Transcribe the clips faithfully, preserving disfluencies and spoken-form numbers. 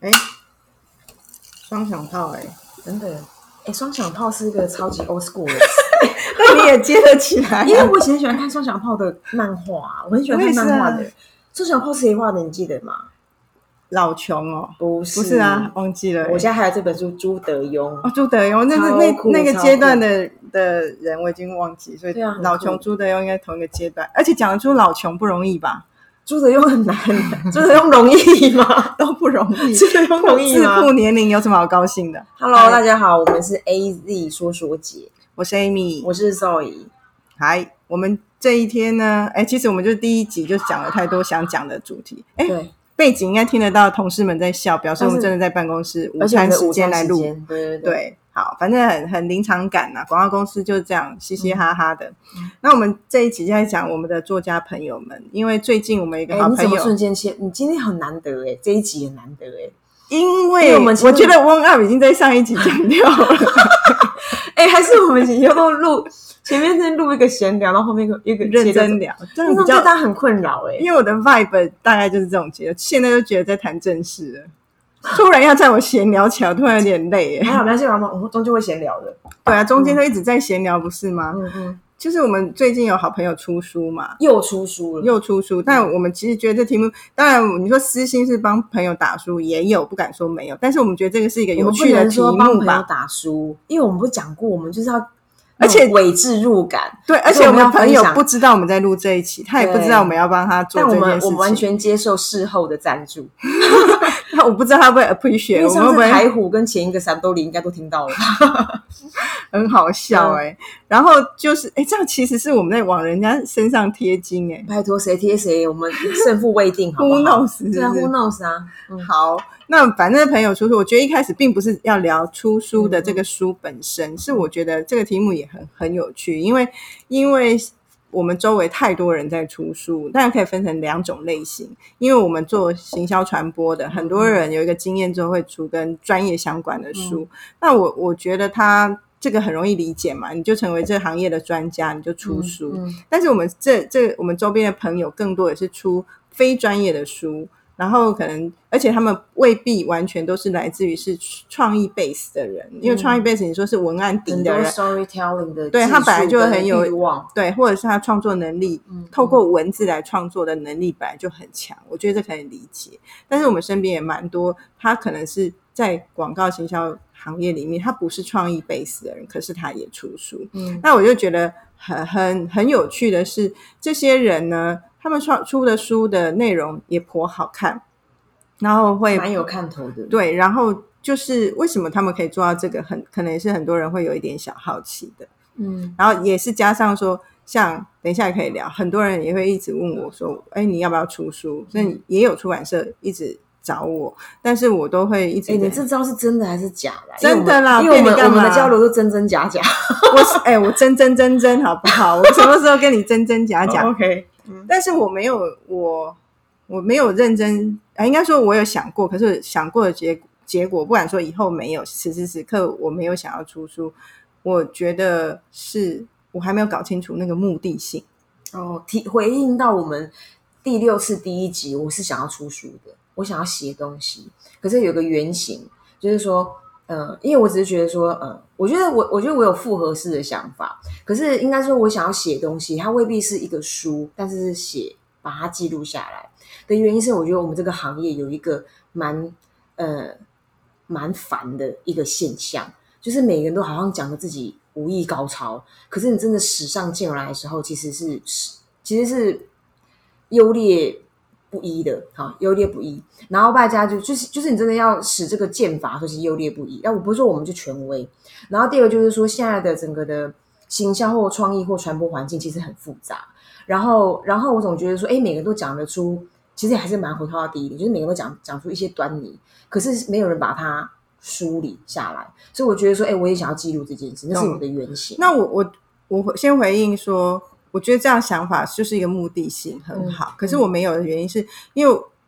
哎，双响炮哎、欸， 真的哎，双响炮是一个超级 old school 的那你也接得起来、啊？ 因为我以前很喜欢看双响炮的漫画，我很喜欢看漫画的。啊、双响炮是谁画的？你记得吗？ 老琼哦， 不是， 不是啊，忘记了、欸。 我现在还有这本书，朱德庸哦，朱德庸，那是那那个阶段的的人，我已经忘记，所以老琼、朱德庸应该同一个阶段，而且讲得出老琼不容易吧？ 朱德庸很难，朱德庸容易吗？ 都不容易， 朱德庸容易吗？ 自负年龄有什么好高兴的 ？Hello， 大家好，我们是 A Z 说说姐， 我是 Amy， 我是 Zoe。 嗨，我们这一天呢，哎，其实我们就第一集就讲了太多想讲的主题，哎，对。背景应该听得到同事们在笑，表示我们真的在办公室午餐时间来录。 对对 对, 对，好，反正很很临场感啊，广告公司就是这样嘻嘻哈哈的。嗯、那我们这一集就在讲我们的作家朋友们，因为最近我们有一个好朋友， 你怎么瞬间切？你今天很难得哎，这一集很难得哎， 因为我们我觉得 Warm Up 已经在上一集讲掉了。 哎，还是我们以后录前面先录一个闲聊，然后后面一个认真聊， 这样比较大家很困扰哎。 因为我的 vibe 大概就是这种节奏，现在就觉得在谈正事了。突然要在我闲聊起来，突然有点累哎。 还好，没关系，我们中间会闲聊的。 对啊，中间都一直在闲聊，不是吗？ 嗯嗯。 就是我们最近有好朋友出书嘛， 又出书了， 又出书。但我们其实觉得这题目，当然你说私心是帮朋友打书，也有，不敢说没有。但是我们觉得这个是一个有趣的题目吧。 我们不能说帮朋友打书，因为我们不讲过，我们就是要。 而且伪置入感， 对，而且我们朋友不知道我们在录这一期，他也不知道我们要帮他做这件事情。 但我们我们完全接受事后的赞助。 我不知道他会不会 appreciate， 因为上次台虎跟前一个三兜里应该都听到了， 很好笑哎、欸嗯。然后就是哎，这样其实是我们在往人家身上贴金哎、欸。 拜托谁贴谁，我们胜负未定，好不好 ？Who knows？ 对啊 ，Who knows 啊？ 嗯、好。那反正朋友出书，我觉得一开始并不是要聊出书的这个书本身，嗯、是我觉得这个题目也很很有趣，因为因为我们周围太多人在出书，当然可以分成两种类型，因为我们做行销传播的，很多人有一个经验之后会出跟专业相关的书，嗯、那我我觉得他这个很容易理解嘛，你就成为这个行业的专家，你就出书，嗯嗯、但是我们这这我们周边的朋友更多也是出非专业的书。然后可能，而且他们未必完全都是来自于是创意 base 的人，因为创意 base 你说是文案底的人， 很多 storytelling 的， 对他本来就很有对，或者是他创作能力，嗯、透过文字来创作的能力本来就很强，我觉得这可以理解。但是我们身边也蛮多，他可能是在广告行销行业里面，他不是创意 base 的人，可是他也出书。嗯，那我就觉得很很很有趣的是，这些人呢。他们创出的书的内容也颇好看，然后会蛮有看头的。 对，然后就是为什么他们可以做到这个，很可能也是很多人会有一点小好奇的。嗯，然后也是加上说，像等一下也可以聊，很多人也会一直问我说：“哎，你要不要出书？”所以也有出版社一直找我，但是我都会一直。 哎，你这招是真的还是假的？ 真的啦， 因为我们我们的交流都真真假假。 我是哎，我真真真真好不好？我什么时候跟你真真假假 ？OK。 但是我没有我我没有认真啊，应该说我有想过，可是想过的结结果，不管说以后没有，此时此刻我没有想要出书，我觉得是我还没有搞清楚那个目的性。 哦，提回应到我们第六次第一集，我是想要出书的，我想要写东西，可是有个原型，就是说。呃，因为我只是觉得说，呃，我觉得我我觉得我有复合式的想法，可是应该说我想要写东西，它未必是一个书，但是是写把它记录下来的原因是，我觉得我们这个行业有一个蛮呃蛮烦的一个现象，就是每个人都好像讲的自己武艺高超，可是你真的使上劲来的时候，其实是其实是优劣不一的，好，优劣不一，然后大家就就是就是你真的要使这个剑法，就是优劣不一。那我不是说我们就权威，然后第二个就是说现在的整个的行销或创意或传播环境其实很复杂，然后然后我总觉得说，哎，每个人都讲得出，其实还是蛮回到第一点，就是每个人都讲讲出一些端倪，可是没有人把它梳理下来，所以我觉得说，哎，我也想要记录这件事，那是我的原型。 那我我我先回应说。我觉得这样想法就是一个目的性很好，嗯、可是我没有的原因是因为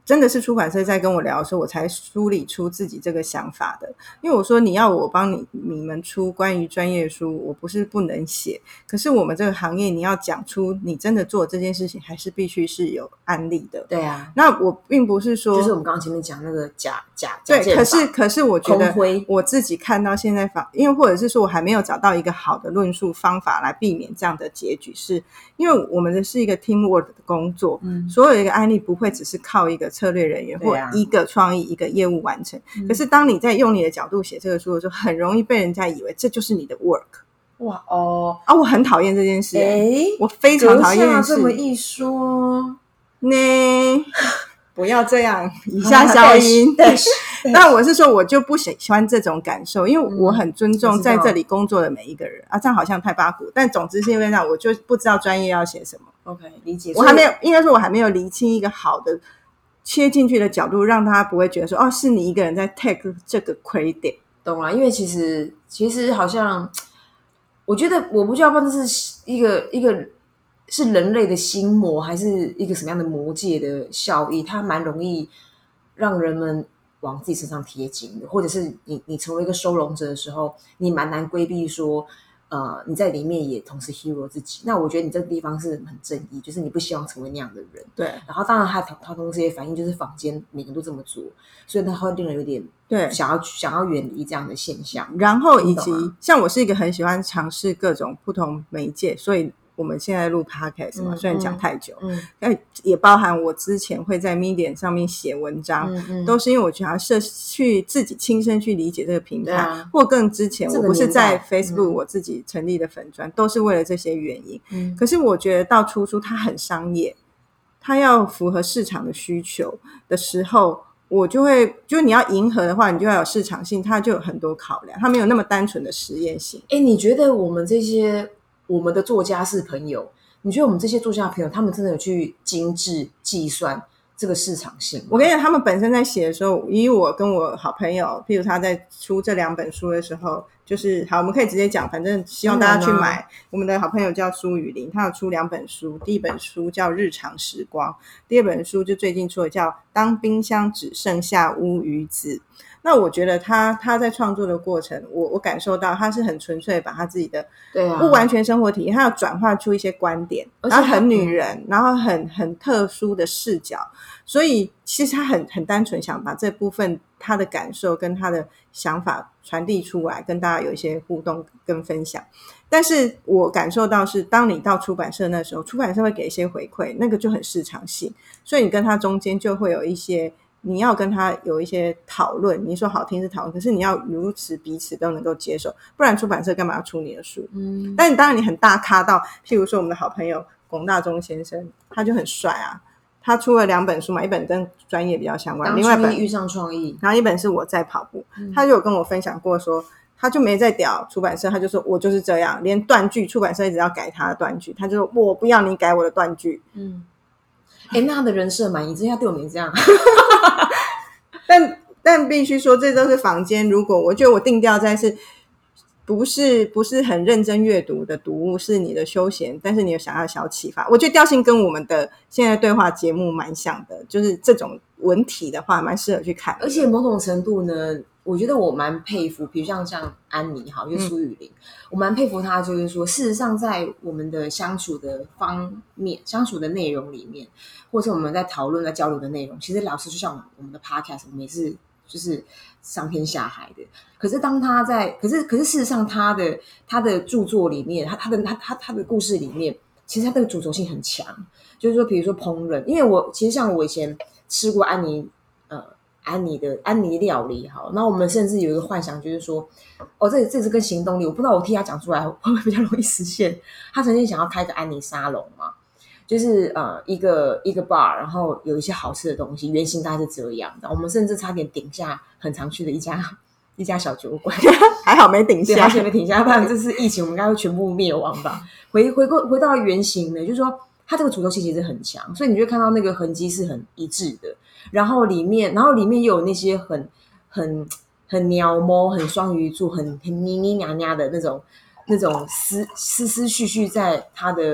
真的是出版社在跟我聊的时候，我才梳理出自己这个想法的。因为我说你要我帮你你们出关于专业书，我不是不能写，可是我们这个行业你要讲出你真的做这件事情，还是必须是有案例的。 对啊， 那我并不是说， 就是我们刚刚前面讲那个假假对， 假可是可是我觉得空灰我自己看到现在法，因为或者是说我还没有找到一个好的论述方法来避免这样的结局，是因为我们的是一个 teamwork 的工作，嗯，所有一个案例不会只是靠一个策略人员或一个创意一个业务完成，可是当你在用你的角度写这个书的时候，很容易被人家以为这就是你的 work。 哇哦啊，我很讨厌这件事、 欸、 我非常讨厌阁下这么一说呢，不要这样，以下消音。那我是说我就不喜欢这种感受，因为我很尊重在这里工作的每一个人、嗯、啊，这样好像太八股，但总之是因为这样我就不知道专业要写什么。 OK， 理解。 我还没有，应该说我还没有厘清一个好的切进去的角度，让他不会觉得说哦，是你一个人在 take 这个 credit。 懂了，因为其实其实好像我觉得我不知道这是一个一个是人类的心魔，还是一个什么样的魔界的效益，它蛮容易让人们往自己身上贴金的，或者是你你成为一个收容者的时候，你蛮难规避说呃，你在里面也同时 hero 自己。那我觉得你这个地方是很正义，就是你不希望成为那样的人。 对。 然后当然他他同时也反映就是坊间每个人都这么做，所以他会令人有点对想要想要远离这样的现象。 然后以及像我是一个很喜欢尝试各种不同媒介，所以我们现在录 podcast 嘛、嗯、虽然讲太久、嗯、也包含我之前会在 Medium 上面写文章、嗯嗯、都是因为我想要设去自己亲身去理解这个平台、啊、或更之前我不是在 Facebook 我自己成立的粉专、嗯、都是为了这些原因、嗯、可是我觉得到出书它很商业，它要符合市场的需求的时候，我就会就你要迎合的话，你就要有市场性，它就有很多考量，它没有那么单纯的实验性。 诶，你觉得我们这些我们的作家是朋友，你觉得我们这些作家的朋友他们真的有去精致计算这个市场性吗？ 我跟你讲，他们本身在写的时候，以我跟我好朋友譬如他在出这两本书的时候，就是好我们可以直接讲，反正希望大家去买、啊、我们的好朋友叫苏雨林，他有出两本书，第一本书叫日常时光，第二本书就最近出的叫当冰箱只剩下乌鱼子。那我觉得他他在创作的过程，我我感受到他是很纯粹把他自己的不完全生活体验，他要转化出一些观点，然后很女人，然后很很特殊的视角，所以其实他很很单纯想把这部分他的感受跟他的想法传递出来，跟大家有一些互动跟分享。但是我感受到是当你到出版社那时候，出版社会给一些回馈，那个就很市场性，所以你跟他中间就会有一些你要跟他有一些讨论，你说好听是讨论，可是你要如此彼此都能够接受，不然出版社干嘛要出你的书？嗯，但你当然你很大咖到譬如说我们的好朋友龚大中先生，他就很帅啊，他出了两本书嘛，一本跟专业比较相关，另外一本遇上创意， 然后一本是我在跑步、嗯、他就有跟我分享过说他就没在屌出版社，他就说我就是这样，连断句出版社一直要改他的断句，他就说我不要你改我的断句。嗯， 哎，那他的人设满意，这下对我没这样但但必须说这都是坊间，如果我觉得我定调在是不是不是很认真阅读的读物，是你的休闲，但是你有想要小启发，我觉得调性跟我们的现在对话节目蛮像的，就是这种文体的话蛮适合去看。 而且某种程度呢，我觉得我蛮佩服，比如像像安妮好，就苏雨林、嗯、我蛮佩服她，就是说事实上在我们的相处的方面，相处的内容里面，或是我们在讨论在交流的内容，其实老师就像我们的 podcast 我们也是就是上天下海的，可是当他在可是可是事实上他的他的著作里面，他他的他他他的故事里面，其实他这个主轴性很强，就是说比如说烹饪，因为我其实像我以前吃过安妮呃安妮的安妮料理好，那我们甚至有一个幻想，就是说哦这这是跟行动力，我不知道我替他讲出来会不会比较容易实现。他曾经想要开个安妮沙龙嘛，就是呃一个一个 bar， 然后有一些好吃的东西，原型大概是这样的。我们甚至差点顶下很常去的一家一家小酒馆， 还好没顶下， 对，还好没顶下，不然这次疫情我们应该会全部灭亡吧。回回过回到原型呢，就是说它这个主轴性其实很强，所以你就会看到那个痕迹是很一致的。然后里面，然后里面又有那些很很很鸟猫、很双鱼座、很很妮妮娘娘的那种那种思思思绪绪在它的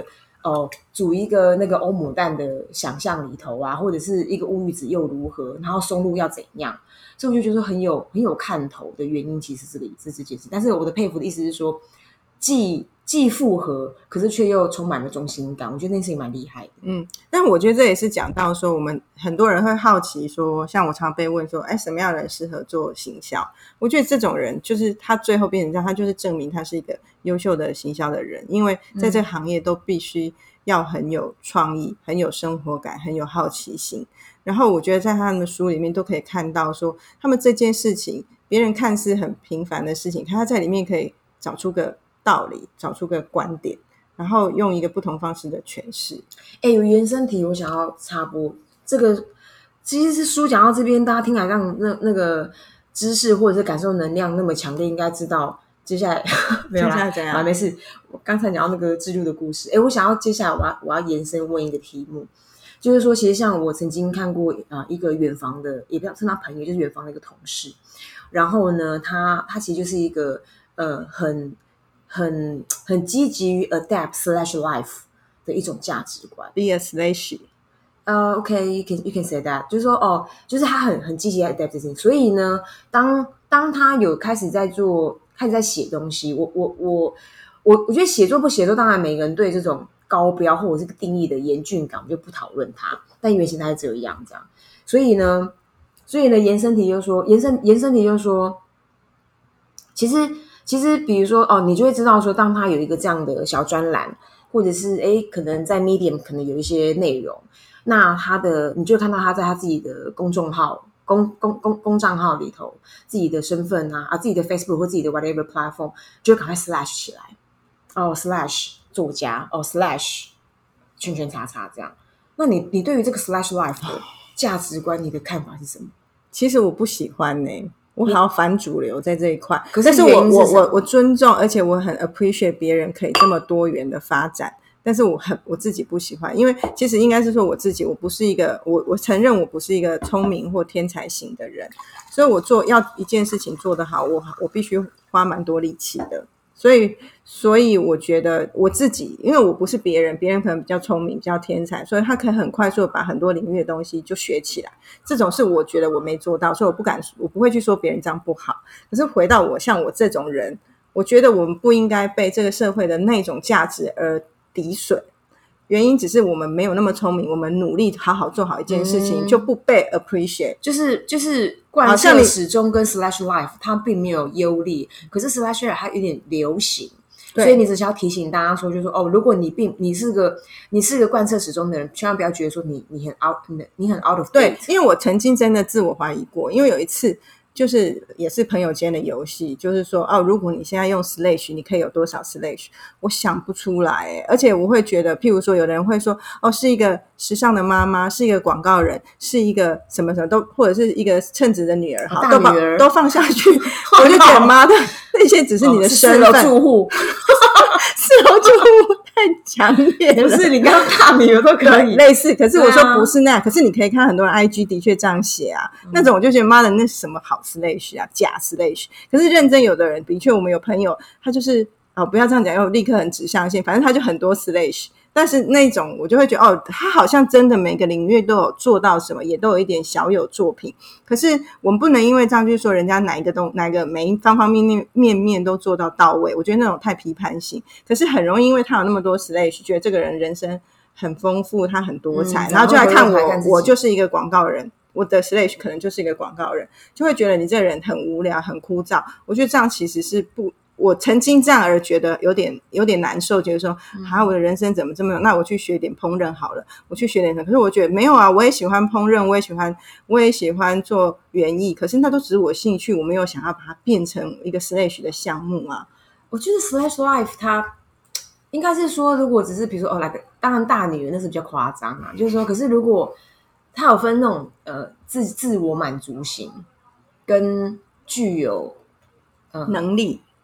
哦，煮一个那个欧姆蛋的想象里头啊，或者是一个乌鱼子又如何，然后松露要怎样，所以我就觉得很有很有看头的原因，其实是这个是这件事。但是我的佩服的意思是说，既既复合，可是却又充满了中心感，我觉得那件事情蛮厉害的。 嗯，但我觉得这也是讲到说，我们很多人会好奇说，像我常被问说，哎，什么样的人适合做行销？我觉得这种人就是他最后变成这样，他就是证明他是一个优秀的行销的人，因为在这个行业都必须要很有创意、很有生活感、很有好奇心。然后我觉得在他们的书里面都可以看到说，他们这件事情别人看似很平凡的事情，他在里面可以找出个道理，找出个观点，然后用一个不同方式的诠释。 哎，有原生题，我想要插播这个，其实是书讲到这边，大家听来让那那个知识或者是感受能量那么强烈，应该知道接下来没有啦， 接下来怎样？ 啊，没事。我刚才讲到那个制度的故事，哎，我想要接下来我要我要延伸问一个题目，就是说，其实像我曾经看过啊、呃、一个远房的，也不要称他朋友，就是远房的一个同事，然后呢，他他其实就是一个呃很很很积极于 adapt slash life 的一种价值观。 Be a slash。 呃、uh, ，OK， you can you can say that， 就是说，哦，就是他很很积极在 adapt 这件事情。所以呢，当当他有开始在做，开始在写东西，我我我我我觉得写作不写作，当然每个人对这种高标或者是定义的严峻感，我们就不讨论它。但原型它是这样这样，所以呢，所以呢，延伸题就说，延伸延伸题就说，其实其实比如说哦，你就会知道说，当他有一个这样的小专栏，或者是诶可能在 Medium 可能有一些内容。那他的，你就看到他在他自己的公众号、公公公公账号里头，自己的身份啊，啊，自己的 Facebook 或自己的 whatever platform， 就赶快 slash 起来，哦 ，slash 作家，哦 ，slash 圈圈叉叉这样。那你你对于这个 slash life 的价值观，你的看法是什么？ 其实我不喜欢呢、欸，我好像反主流在这一块。 可是但是我我我我尊重，而且我很 appreciate 别人可以这么多元的发展。但是我很我自己不喜欢，因为其实应该是说我自己，我不是一个我我承认我不是一个聪明或天才型的人，所以我做要一件事情做得好，我我必须花蛮多力气的。所以所以我觉得我自己，因为我不是别人，别人可能比较聪明，比较天才，所以他可以很快速的把很多领域的东西就学起来。这种是我觉得我没做到，所以我不敢，我不会去说别人这样不好。可是回到我像我这种人，我觉得我们不应该被这个社会的那种价值而抵水，原因只是我们没有那么聪明，我们努力好好做好一件事情、嗯、就不被 appreciate， 就是就是贯彻始终跟 slash life 它并没有优劣，可是 slash life 它有点流行，所以你只需要提醒大家说，就是说哦，如果你并你是个你是个贯彻始终的人，千万不要觉得说你你很 out 你很 out of date。 对，因为我曾经真的自我怀疑过，因为有一次就是也是朋友间的游戏，就是说哦，如果你现在用 slash 你可以有多少 slash， 我想不出来耶，而且我会觉得譬如说有人会说哦，是一个时尚的妈妈，是一个广告人，是一个什么什么都，或者是一一个称职的女儿，好、 哦、大女儿都, 都放下去我就觉得妈的那些只是你的身份、 哦、是四楼住户四楼住户太强烈了， 不是你刚刚大女儿都可以类似，可是我说不是那样、啊、可是你可以看到很多人 I G 的确这样写啊、嗯、那种我就觉得妈的那是什么好 slash 啊，假 slash。 可是认真有的人的确，我们有朋友他就是哦，不要这样讲，因为我立刻很指向性，反正他就很多 slash， 但是那种我就会觉得哦，他好像真的每个领域都有做到什么，也都有一点小有作品。可是我们不能因为这样就说人家哪一个东哪一个每一方方面面面面都做到到位，我觉得那种太批判性。可是很容易因为他有那么多 slash， 觉得这个人人生很丰富，他很多彩、嗯、然后就来看我我就是一个广告人，我的 slash 可能就是一个广告人，就会觉得你这个人很无聊很枯燥。我觉得这样其实是不，我曾经这样而觉得有点有点难受，觉得说啊，我的人生怎么这么，那我去学点烹饪好了，我去学点什么。可是我觉得没有啊，我也喜欢烹饪，我也喜欢我也喜欢做园艺，可是那都只是我兴趣，我没有想要把它变成一个 slash 的项目啊。 我觉得 slash life 它应该是说，如果只是比如说哦，来个当然大女人那是比较夸张啊，就是说，可是如果它有分那种呃自自我满足型，跟具有、呃、 能力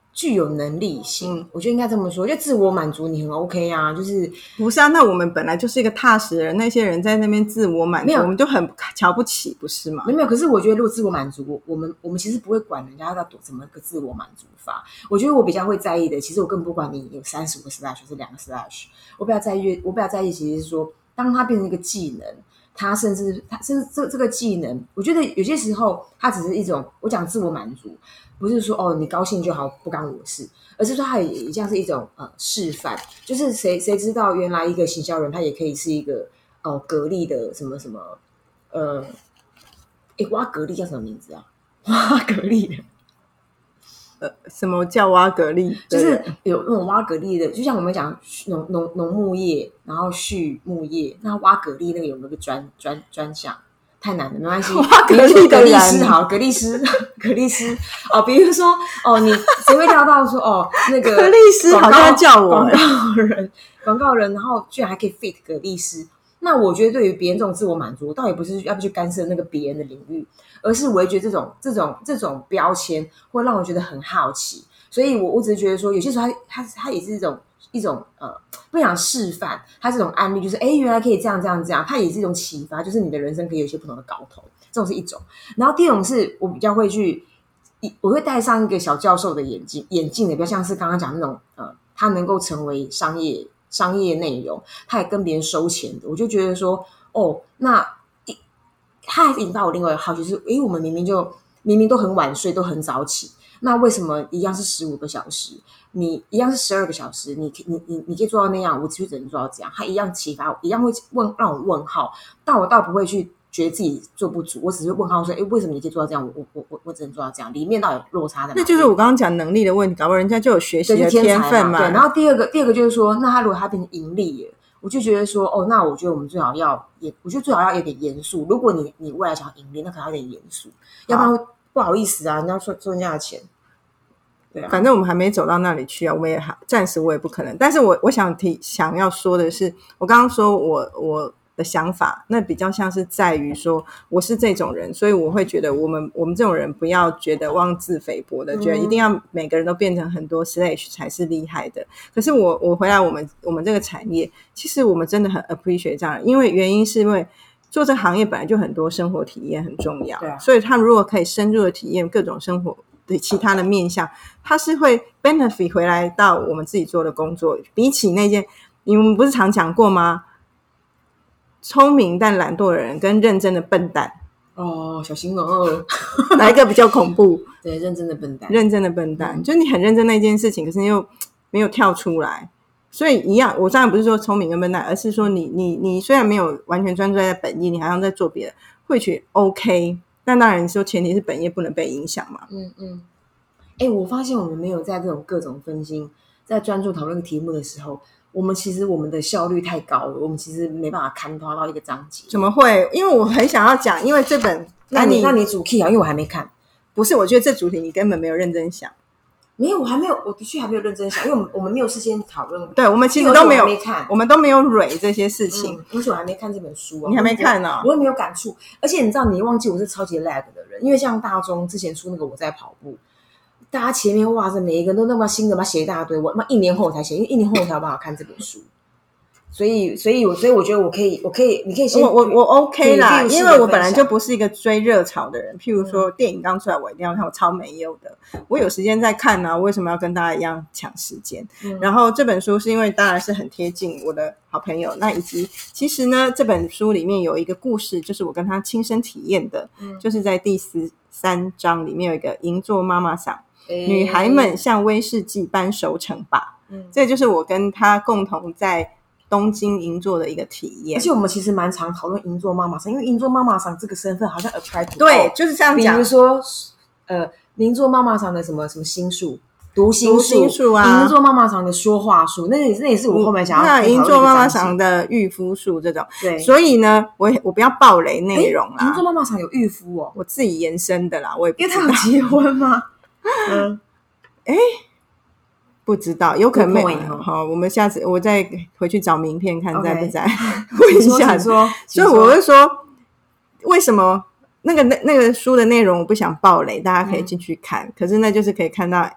具有能力型、嗯、我觉得应该这么说，就自我满足你很 OK 啊，就是不是啊？那我们本来就是一个踏实的人，那些人在那边自我满足，我们就很瞧不起，不是吗？ 没有没有，可是我觉得如果自我满足，我们我们其实不会管人家要怎么个自我满足法。我觉得我比较会在意的，其实我更不管你有三十五个 slash 或是两个 slash， 我比较在意，我比较在意其实是说，当它变成一个技能。他甚至他甚至这这个技能，我觉得有些时候它只是一种，我讲自我满足，不是说哦你高兴就好不干我事，而是说它也像是一种呃示范，就是谁谁知道原来一个行销人他也可以是一个哦、呃、蛤蜊的什么什么呃，诶挖蛤蜊叫什么名字啊？挖蛤蜊。 呃，什么叫挖蛤蜊？ 就是有那种挖蛤蜊的，就像我们讲农农农牧业，然后畜牧业，那挖蛤蜊那个有没有个专专专项？太难了，没关系。 挖蛤蜊的人，蛤蜊师好，蛤蜊师，蛤蜊师哦，比如说哦，你谁会料到说哦，那个蛤蜊师好像叫我广告人，广告人，然后居然还可以 fit 蛤蜊师。那我觉得对于别人这种自我满足，我倒也不是要不去干涉那个别人的领域，而是我也觉得这种这种这种标签会让我觉得很好奇。所以我我只是觉得说，有些时候它它它也是一种一种呃，不想示范，它这种案例就是，哎，原来可以这样这样这样，它也是一种启发，就是你的人生可以有一些不同的搞头，这种是一种。然后第二种是我比较会去，我会戴上一个小教授的眼镜，眼镜的比较像是刚刚讲那种呃，它能够成为商业商业内容，它也跟别人收钱的，我就觉得说，哦，那它还是引发我另外一个好奇是，哎，我们明明就明明都很晚睡，都很早起。那为什么一样是十五个小时，你一样是十二个小时，你你你你可以做到那样，我只只能做到这样，他一样启发我，一样会问让我问号，但我倒不会去觉得自己做不足，我只是问号说，哎，为什么你可以做到这样，我我我我只能做到这样，里面到底落差在哪？ 那就是我刚刚讲能力的问题，搞不好人家就有学习的天分嘛。 对，然后第二个第二个就是说，那他如果他变成盈利了，我就觉得说，哦，那我觉得我们最好要也，我觉得最好要有点严肃。如果你你未来想要盈利，那可能要有点严肃，要不然不好意思啊，人家说收人家的钱。对啊， 反正我们还没走到那里去啊，我们也暂时我也不可能。但是我我想提想要说的是，我刚刚说我我的想法，那比较像是在于说，我是这种人，所以我会觉得我们我们这种人不要觉得妄自菲薄的，觉得一定要每个人都变成很多 slash 才是厉害的。可是我我回来我们我们这个产业，其实我们真的很 appreciate 这样，因为原因是因为做这个行业本来就很多生活体验很重要， 对啊， 所以他们如果可以深入的体验各种生活其他的面向，它是会 benefit 回来到我们自己做的工作。比起那件，你们不是常讲过吗？聪明但懒惰的人跟认真的笨蛋， 哦，小心哦， 哪一个比较恐怖？ 对，认真的笨蛋， 认真的笨蛋，嗯、就是你很认真那件事情，可是你又没有跳出来。所以一样，我当然不是说聪明跟笨蛋，而是说你你你虽然没有完全专注在本业，你好像在做别的，或许 OK。但当然说前提是本业不能被影响嘛。 嗯嗯。哎、欸，我发现我们没有在这种各种分析，在专注讨论题目的时候，我们其实我们的效率太高了，我们其实没办法看透到一个章节。 怎么会？因为我很想要讲，因为这本那你那你主 key 啊，因为我还没看。 不是，我觉得这主题你根本没有认真想。 没有，我还没有，我的确还没有认真想，因为我们我们没有事先讨论。 对，我们其实都没有， 我没看， 我们都没有蕊这些事情。 嗯，因为我还没看这本书啊。 你还没看呢、哦？ 我也没有感触。而且你知道，你忘记我是超级 lag 的人，因为像大中之前出那个我在跑步，大家前面哇塞，每一个人都那么新的嘛，写一大堆，我妈一年后我才写，因为一年后我才有办法看这本书。所以，所以我所以我觉得我可以，我可以，你可以先我我我 OK 啦，因为我本来就不是一个追热潮的人。譬如说电影刚出来，我一定要看，我超没有的。我有时间在看啊，我为什么要跟大家一样抢时间？嗯、然后这本书是因为当然是很贴近我的好朋友，那以及其实呢，这本书里面有一个故事，就是我跟他亲身体验的，嗯、就是在第十三章里面有一个银座妈妈桑。女孩们像威士忌般熟成吧，嗯、这就是我跟他共同在东京银座的一个体验。 而且我们其实蛮常讨论银座妈妈桑，因为银座妈妈桑这个身份好像 apply to 对，就是这样讲。 比如说呃，银座妈妈桑的什么什么心术、读心术啊， 银座妈妈桑的说话术，那也是那也是我后面想要那银座妈妈桑的御夫术这种。对，所以呢，我我不要爆雷内容啦。 银座妈妈桑有御夫哦， 我自己延伸的啦，我也不知道。 因为他有结婚吗？嗯， 哎。不知道，有可能没有。好，我们下次我再回去找名片看在不在。问一下， 说， 所以我会说，为什么那个那那个书的内容我不想爆雷，大家可以进去看。嗯、可是那就是可以看到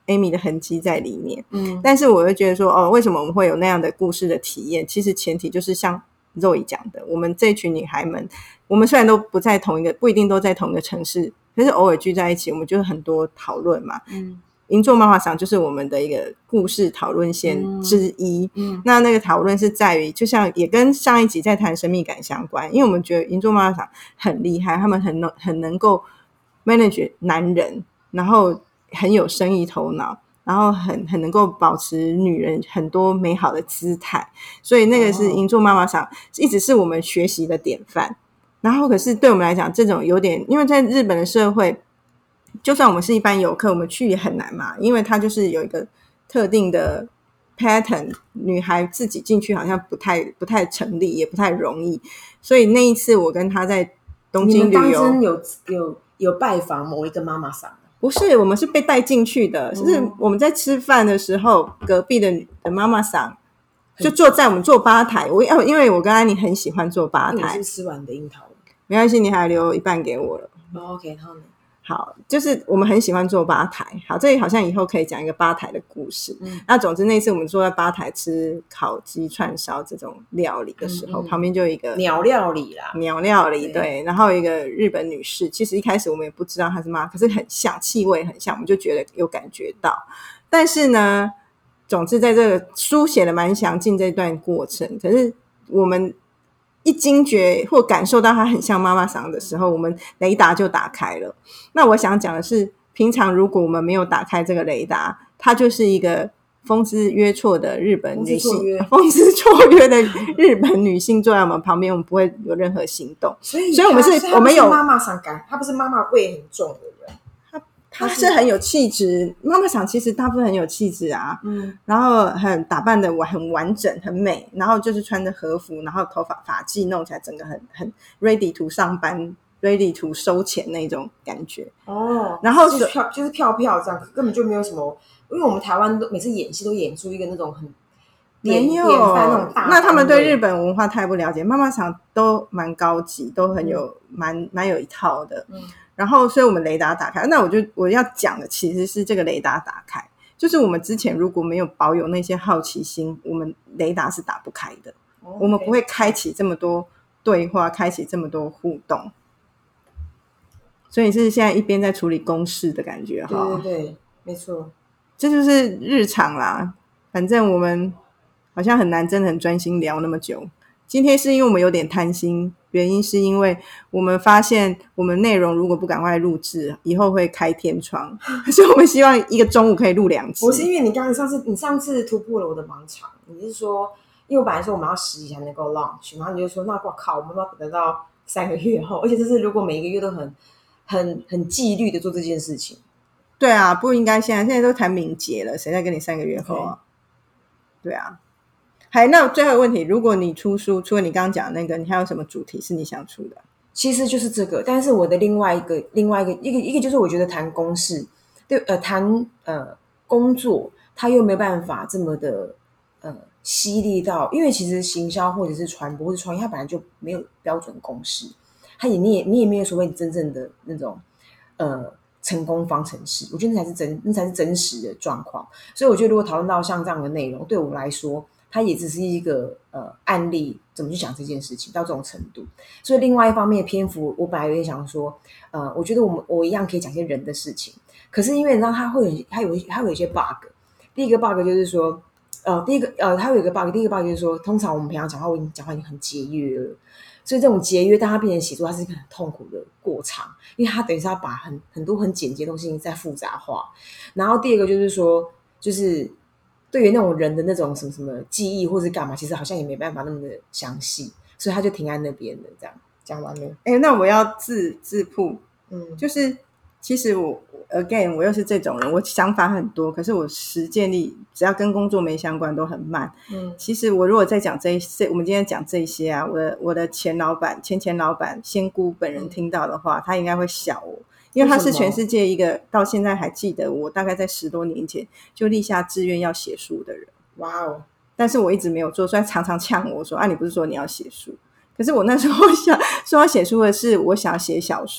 Amy 的痕迹在里面。 嗯， 但是我会觉得说哦，为什么我们会有那样的故事的体验，其实前提就是像 Zoe 讲的，我们这群女孩们，我们虽然都不在同一个，不一定都在同一个城市，可是偶尔聚在一起，我们就是很多讨论嘛。 嗯， 银座妈妈桑就是我们的一个故事讨论线之一。 嗯嗯， 那那个讨论是在于，就像也跟上一集在谈神秘感相关，因为我们觉得银座妈妈桑很厉害，他们很能很能够 manage 男人，然后很有生意头脑，然后很很能够保持女人很多美好的姿态，所以那个是银座妈妈桑一直是我们学习的典范。然后可是对我们来讲，这种有点，因为在日本的社会，就算我们是一般游客，我们去也很难嘛，因为它就是有一个特定的 pattern， 女孩自己进去好像不太不太成立，也不太容易。所以那一次我跟他在东京旅游， 你们当真有有有拜访某一个妈妈桑？ 不是，我们是被带进去的，就、嗯、是我们在吃饭的时候，隔壁的的妈妈桑就坐在我们坐吧台。我因为我跟安妮很喜欢坐吧台， 你是吃完的樱桃， 没关系，你还留一半给我了。 哦、OK， 然后呢？ 好，就是我们很喜欢坐吧台。好，这里好像以后可以讲一个吧台的故事。嗯，那总之那次我们坐在吧台吃烤鸡串烧这种料理的时候，嗯嗯，旁边就有一个鸟料理啦， 鸟料理 对, 对，然后一个日本女士，其实一开始我们也不知道她是妈，可是很像，气味很像，我们就觉得有感觉到。但是呢，总之在这个书写的蛮详尽这段过程，可是我们一惊觉或感受到它很像妈妈桑的时候，我们雷达就打开了。那我想讲的是，平常如果我们没有打开这个雷达，它就是一个风姿约绰的日本女性，风姿绰约的日本女性坐在我们旁边，我们不会有任何行动。 所以， 所以我们是， 是我们有妈妈桑感，她不是妈妈味很重的人。 她是很有气质，妈妈桑其实大部分很有气质啊，嗯，然后很打扮的很完整很美，然后就是穿着和服，然后头发发髻弄起来，整个很很 ready to 上班 ready to 收钱那种感觉哦。 然后就是票就是票票这样，根本就没有什么，因为我们台湾都每次演戏都演出一个那种很没有那种大， 那他们对日本文化太不了解，妈妈桑都蛮高级，都很有蛮蛮、嗯、有一套的，嗯。然后所以我们雷达打开，那我就我要讲的其实是这个雷达打开，就是我们之前如果没有保有那些好奇心，我们雷达是打不开的、oh, okay. 我们不会开启这么多对话，开启这么多互动。所以是现在一边在处理公事的感觉。 对对对，没错， 这就是日常啦，反正我们好像很难真的很专心聊那么久。今天是因为我们有点贪心，原因是因为我们发现我们内容如果不赶快录制，以后会开天窗，所以我们希望一个中午可以录两集。 我是因为你刚刚上次你上次突破了我的盲肠，你是说，因为我本来说我们要十集才能够 launch， 然后你就说那我靠，我们要等到三个月后，而且这是如果每一个月都很很很纪律的做这件事情。 对啊，不应该现在现在都谈敏捷了，谁在跟你三个月后啊？ Okay. 对啊。还那最后一个问题，如果你出书，除了你刚刚讲的那个，你还有什么主题是你想出的？ 其实就是这个，但是我的另外一个另外一个一个一个就是我觉得谈公事，对，呃，谈呃工作，他又没有办法这么的呃犀利到，因为其实行销或者是传播或者创业，它本来就没有标准公式，它也你也你也没有所谓真正的那种呃成功方程式，我觉得那才是真那才是真实的状况。所以我觉得如果讨论到像这样的内容，对我来说。它也只是一个呃案例，怎么去讲这件事情到这种程度。所以另外一方面的篇幅，我本来有点想说，呃，我觉得我们我一样可以讲些人的事情。可是因为你知道，它会有它有它有一些 bug。第一个 bug 就是说，呃，第一个呃，它有一个 bug， 第一个 bug 就是说，通常我们平常讲话，我已经讲话已经很节约了，所以这种节约，当它变成写作，它是一个很痛苦的过程，因为它等于是要把很很多很简洁的东西再复杂化。然后第二个就是说，就是。对于那种人的那种什么什么记忆或是干嘛，其实好像也没办法那么的详细，所以他就停在那边了。这样讲完了。 哎，那我要自自曝，嗯，就是其实我 again 我又是这种人，我想法很多，可是我实践力只要跟工作没相关都很慢。嗯，其实我如果在讲这些，我们今天讲这些啊，我的我的前老板、前前老板、仙姑本人听到的话，嗯、他应该会笑我。因为他是全世界一个到现在还记得我大概在十多年前就立下志愿要写书的人。 哇哦！ 但是我一直没有做，所以他常常呛我说：“啊，你不是说你要写书？”可是我那时候想说要写书的是我想要写小说，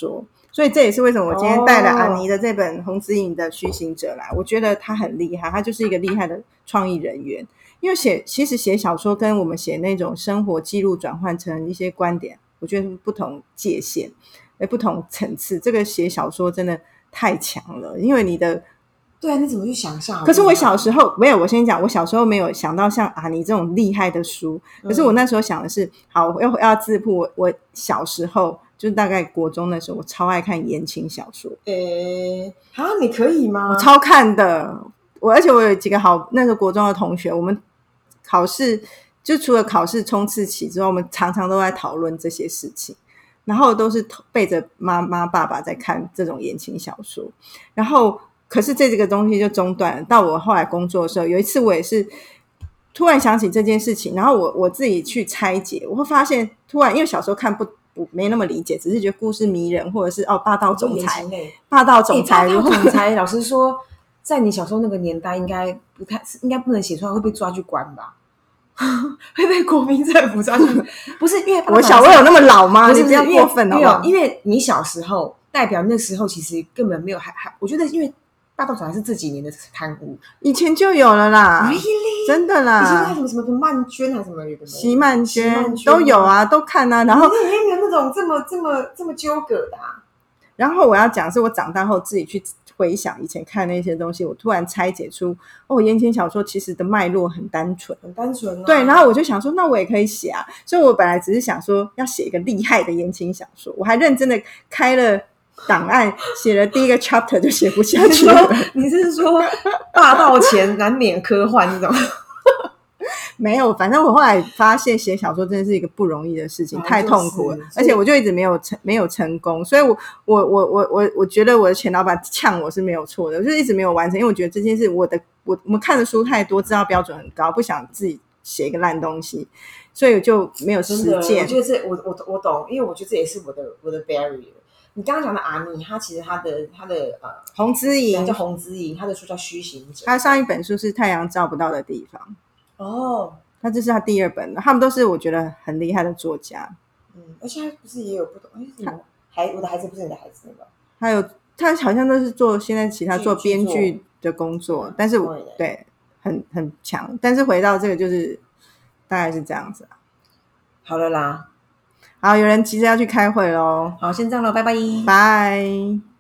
所以这也是为什么我今天带了阿尼的这本洪子颖的《虚行者》来，我觉得他很厉害，他就是一个厉害的创意人员。因为写其实写小说跟我们写那种生活记录转换成一些观点，我觉得不同界限，不同层次。这个写小说真的太强了，因为你的对啊，你怎么去想象？ 可是我小时候没有，我先讲，我小时候没有想到像阿尼这种厉害的书。可是我那时候想的是，好，我要要自曝我，我小时候就是大概国中的时候，我超爱看言情小说。 诶，啊，你可以吗？ 我超看的，我而且我有几个好那个国中的同学，我们考试就除了考试冲刺期之后，我们常常都在讨论这些事情。然后都是背着妈妈爸爸在看这种言情小说，然后可是这个东西就中断了。到我后来工作的时候，有一次我也是突然想起这件事情，然后我我自己去拆解，我会发现突然因为小时候看不不没那么理解，只是觉得故事迷人，或者是哦霸道总裁，霸道总裁， 霸道总裁，老实说，在你小时候那个年代，应该不太应该不能写出来，会被抓去关吧？会被国民政府抓去？不是因为我小我有那么老吗？不是，你不要过分好不好？ 因为你小时候代表那时候其实根本没有还还，我觉得因为霸道总裁是这几年的刊物， 以前就有了啦 ，really? 真的啦。 以前还什么什么曼娟还是什么有的席曼娟都有啊，都看啊。然后里面有那种这么这么这么纠葛的啊。 然后我要讲是我长大后自己去回想以前看那些东西，我突然拆解出哦，言情小说其实的脉络很单纯， 很单纯、啊。 对，然后我就想说，那我也可以写啊。所以我本来只是想说要写一个厉害的言情小说，我还认真的开了档案，写了第一个 chapter 就写不下去了。 你是说霸道前难免科幻这种？ 没有，反正我后来发现写小说真的是一个不容易的事情，啊、太痛苦了，而且我就一直没有成没有成功，所以我我我我我我觉得我的前老板呛我是没有错的，我就一直没有完成，因为我觉得这件事我的我我们看的书太多，知道标准很高，不想自己写一个烂东西，所以我就没有实践。 我觉得这我我我懂，因为我觉得这也是我的我的 barrier。你刚刚讲的阿尼，他其实他的他的呃洪之莹叫洪之莹，他的书叫《虚行者》， 他上一本书是《太阳照不到的地方》。 哦， 那这是他第二本的，他们都是我觉得很厉害的作家。 嗯，而且他不是也有不懂，哎，什么孩我的孩子不是你的孩子那个， 还有他好像都是做现在其他做编剧的工作，嗯、但是对很很强。但是回到这个就是大概是这样子、啊。 好了啦， 好，有人急着要去开会咯。 好，先这样咯，拜拜， 拜。